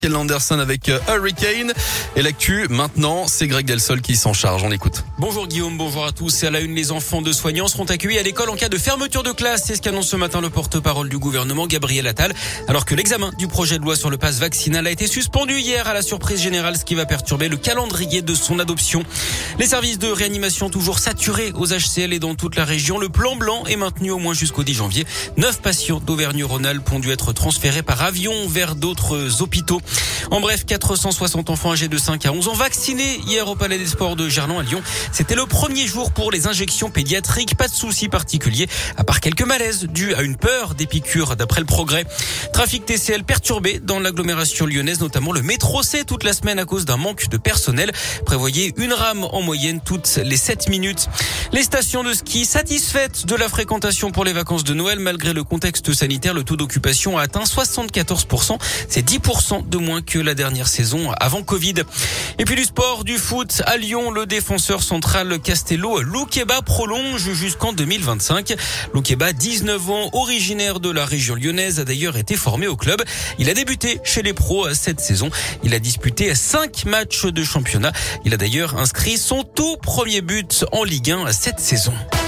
Ken Anderson avec Hurricane. Et l'actu, maintenant, c'est Greg Delsol qui s'en charge. On écoute. Bonjour Guillaume, bonjour à tous. Et à la une, les enfants de soignants seront accueillis à l'école en cas de fermeture de classe. C'est ce qu'annonce ce matin le porte-parole du gouvernement, Gabriel Attal. Alors que l'examen du projet de loi sur le pass vaccinal a été suspendu hier à la surprise générale, ce qui va perturber le calendrier de son adoption. Les services de réanimation toujours saturés aux HCL et dans toute la région. Le plan blanc est maintenu au moins jusqu'au 10 janvier. 9 patients d'Auvergne-Rhône-Alpes ont dû être transférés par avion vers d'autres hôpitaux. En bref, 460 enfants âgés de 5 à 11 ans vaccinés hier au Palais des Sports de Gerland à Lyon. C'était le premier jour pour les injections pédiatriques. Pas de soucis particuliers, à part quelques malaises dus à une peur des piqûres d'après le Progrès. Trafic TCL perturbé dans l'agglomération lyonnaise, notamment le métro C toute la semaine à cause d'un manque de personnel. Prévoyez une rame en moyenne toutes les 7 minutes. Les stations de ski satisfaites de la fréquentation pour les vacances de Noël. Malgré le contexte sanitaire, le taux d'occupation a atteint 74%. C'est 10% de moins que la dernière saison avant Covid. Et puis du sport, du foot à Lyon, le défenseur central Castello Loukeba prolonge jusqu'en 2025. Loukeba, 19 ans, originaire de la région lyonnaise, a d'ailleurs été formé au club. Il a débuté chez les pros cette saison. Il a disputé 5 matchs de championnat. Il a d'ailleurs inscrit son tout premier but en Ligue 1 cette saison.